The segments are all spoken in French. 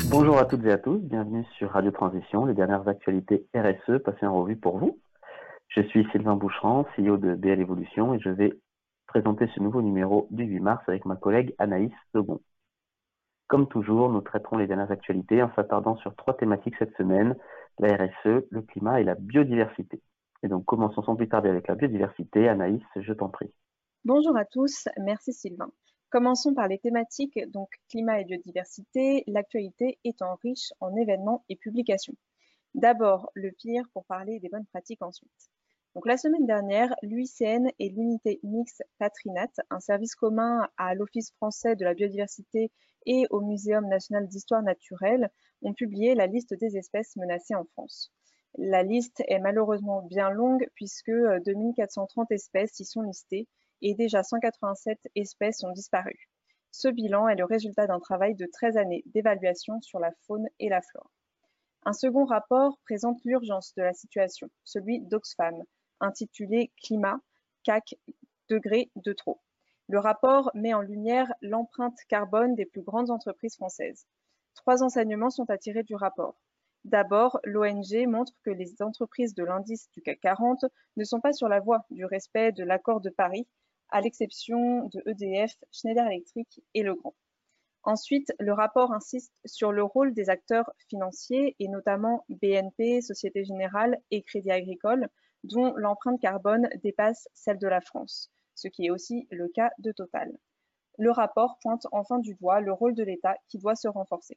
Bonjour à toutes et à tous, bienvenue sur Radio Transition, les dernières actualités RSE passées en revue pour vous. Je suis Sylvain Boucheran, CEO de BL Evolution et je vais présenter ce nouveau numéro du 8 mars avec ma collègue Anaïs Second. Comme toujours, nous traiterons les dernières actualités en s'attardant sur 3 thématiques cette semaine, la RSE, le climat et la biodiversité. Et donc commençons sans plus tarder avec la biodiversité. Anaïs, je t'en prie. Bonjour à tous, merci Sylvain. Commençons par les thématiques, donc climat et biodiversité, l'actualité étant riche en événements et publications. D'abord, le pire pour parler des bonnes pratiques ensuite. Donc la semaine dernière, l'UICN et l'unité mixte Patrinat, un service commun à l'Office français de la biodiversité et au Muséum national d'histoire naturelle, ont publié la liste des espèces menacées en France. La liste est malheureusement bien longue puisque 2430 espèces y sont listées et déjà 187 espèces ont disparu. Ce bilan est le résultat d'un travail de 13 années d'évaluation sur la faune et la flore. Un second rapport présente l'urgence de la situation, celui d'Oxfam, intitulé Climat, CAC degrés de trop. Le rapport met en lumière l'empreinte carbone des plus grandes entreprises françaises. 3 enseignements sont à tirer du rapport. D'abord, l'ONG montre que les entreprises de l'indice du CAC 40 ne sont pas sur la voie du respect de l'accord de Paris, à l'exception de EDF, Schneider Electric et Legrand. Ensuite, le rapport insiste sur le rôle des acteurs financiers et notamment BNP, Société Générale et Crédit Agricole, dont l'empreinte carbone dépasse celle de la France, ce qui est aussi le cas de Total. Le rapport pointe enfin du doigt le rôle de l'État qui doit se renforcer.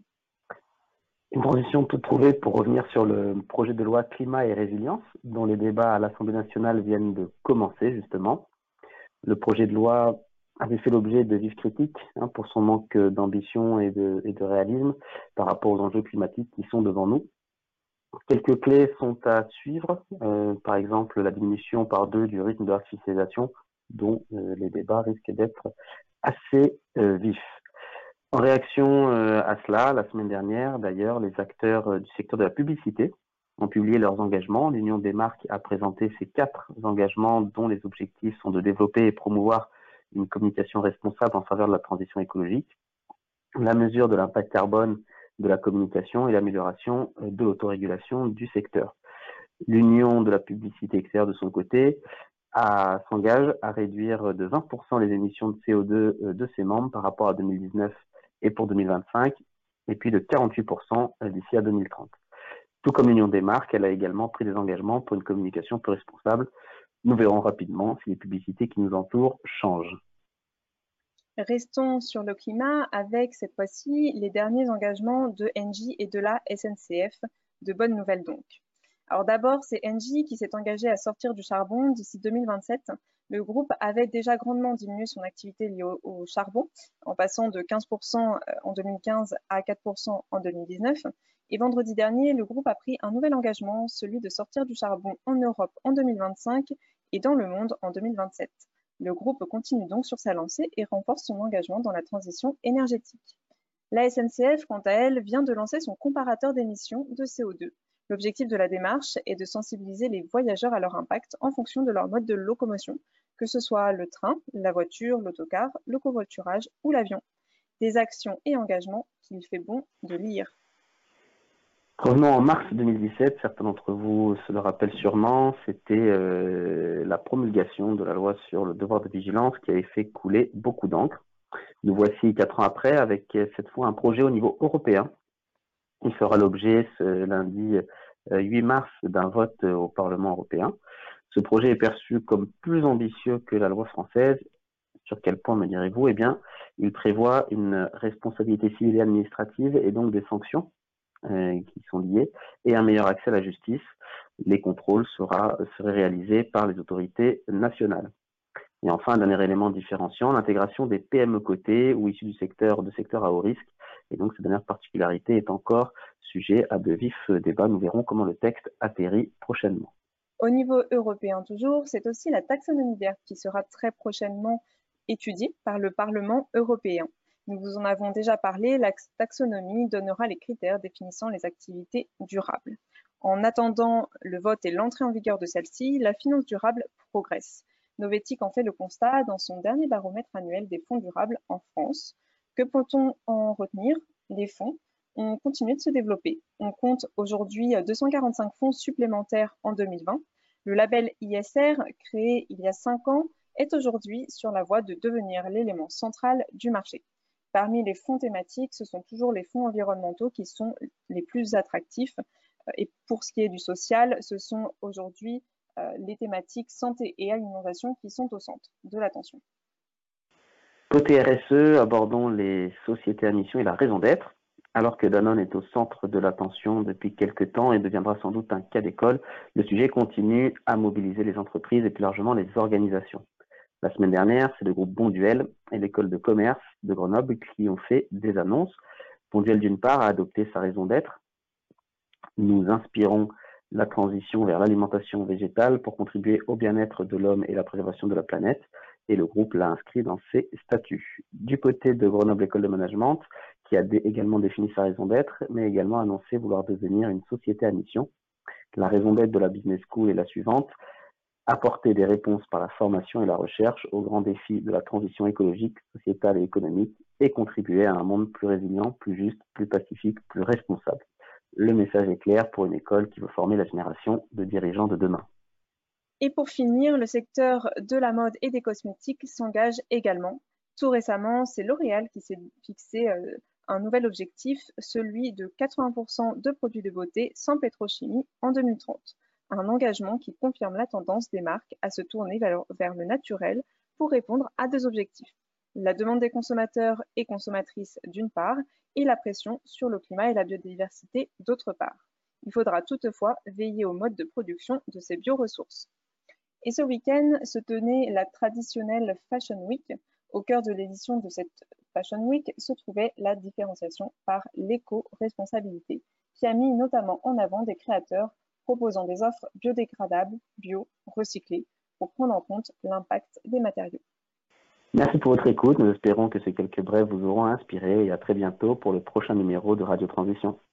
Une transition toute trouvée pour revenir sur le projet de loi climat et résilience, dont les débats à l'Assemblée nationale viennent de commencer justement. Le projet de loi avait fait l'objet de vives critiques pour son manque d'ambition et de réalisme par rapport aux enjeux climatiques qui sont devant nous. Quelques clés sont à suivre, par exemple la diminution par 2 du rythme de l'artificialisation, dont les débats risquent d'être assez vifs. En réaction à cela, la semaine dernière, d'ailleurs, les acteurs du secteur de la publicité ont publié leurs engagements. L'Union des marques a présenté ses 4 engagements dont les objectifs sont de développer et promouvoir une communication responsable en faveur de la transition écologique, la mesure de l'impact carbone de la communication et l'amélioration de l'autorégulation du secteur. L'Union de la publicité extérieure, de son côté, s'engage à réduire de 20% les émissions de CO2 de ses membres par rapport à 2019 et pour 2025, et puis de 48% d'ici à 2030. Tout comme l'Union des marques, elle a également pris des engagements pour une communication plus responsable. Nous verrons rapidement si les publicités qui nous entourent changent. Restons sur le climat avec cette fois-ci les derniers engagements de Engie et de la SNCF. De bonnes nouvelles donc. Alors d'abord, c'est Engie qui s'est engagé à sortir du charbon d'ici 2027. Le groupe avait déjà grandement diminué son activité liée au charbon, en passant de 15% en 2015 à 4% en 2019. Et vendredi dernier, le groupe a pris un nouvel engagement, celui de sortir du charbon en Europe en 2025 et dans le monde en 2027. Le groupe continue donc sur sa lancée et renforce son engagement dans la transition énergétique. La SNCF, quant à elle, vient de lancer son comparateur d'émissions de CO2. L'objectif de la démarche est de sensibiliser les voyageurs à leur impact en fonction de leur mode de locomotion, que ce soit le train, la voiture, l'autocar, le covoiturage ou l'avion. Des actions et engagements qu'il fait bon de lire. Revenons en mars 2017, certains d'entre vous se le rappellent sûrement, c'était la promulgation de la loi sur le devoir de vigilance qui avait fait couler beaucoup d'encre. Nous voici 4 ans après avec cette fois un projet au niveau européen. Il fera l'objet ce lundi 8 mars d'un vote au Parlement européen. Ce projet est perçu comme plus ambitieux que la loi française. Sur quel point me direz-vous? Eh bien, il prévoit une responsabilité civile et administrative et donc des sanctions qui sont liées et un meilleur accès à la justice. Les contrôles seraient réalisés par les autorités nationales. Et enfin, un dernier élément différenciant, l'intégration des PME cotées ou issues de secteurs à haut risque. Et donc, cette dernière particularité est encore sujet à de vifs débats. Nous verrons comment le texte atterrit prochainement. Au niveau européen toujours, c'est aussi la taxonomie verte qui sera très prochainement étudiée par le Parlement européen. Nous vous en avons déjà parlé, la taxonomie donnera les critères définissant les activités durables. En attendant le vote et l'entrée en vigueur de celle-ci, la finance durable progresse. Novetic en fait le constat dans son dernier baromètre annuel des fonds durables en France. Que peut-on en retenir? Les fonds ont continué de se développer. On compte aujourd'hui 245 fonds supplémentaires en 2020. Le label ISR, créé il y a 5 ans, est aujourd'hui sur la voie de devenir l'élément central du marché. Parmi les fonds thématiques, ce sont toujours les fonds environnementaux qui sont les plus attractifs. Et pour ce qui est du social, ce sont aujourd'hui les thématiques santé et alimentation qui sont au centre de l'attention. Côté RSE, abordons les sociétés à mission et la raison d'être. Alors que Danone est au centre de l'attention depuis quelques temps et deviendra sans doute un cas d'école, le sujet continue à mobiliser les entreprises et plus largement les organisations. La semaine dernière, c'est le groupe Bonduelle et l'école de commerce de Grenoble qui ont fait des annonces. Bonduelle, d'une part, a adopté sa raison d'être. Nous inspirons la transition vers l'alimentation végétale pour contribuer au bien-être de l'homme et la préservation de la planète. Et le groupe l'a inscrit dans ses statuts. Du côté de Grenoble École de Management, qui a également défini sa raison d'être, mais également annoncé vouloir devenir une société à mission. La raison d'être de la Business School est la suivante: apporter des réponses par la formation et la recherche aux grands défis de la transition écologique, sociétale et économique et contribuer à un monde plus résilient, plus juste, plus pacifique, plus responsable. Le message est clair pour une école qui veut former la génération de dirigeants de demain. Et pour finir, le secteur de la mode et des cosmétiques s'engage également. Tout récemment, c'est L'Oréal qui s'est fixé un nouvel objectif, celui de 80% de produits de beauté sans pétrochimie en 2030. Un engagement qui confirme la tendance des marques à se tourner vers le naturel pour répondre à deux objectifs: la demande des consommateurs et consommatrices d'une part, et la pression sur le climat et la biodiversité d'autre part. Il faudra toutefois veiller au mode de production de ces bioressources. Et ce week-end se tenait la traditionnelle Fashion Week. Au cœur de l'édition de cette Fashion Week se trouvait la différenciation par l'éco-responsabilité, qui a mis notamment en avant des créateurs proposant des offres biodégradables, bio, recyclées, pour prendre en compte l'impact des matériaux. Merci pour votre écoute. Nous espérons que ces quelques brèves vous auront inspiré et à très bientôt pour le prochain numéro de Radio Transition.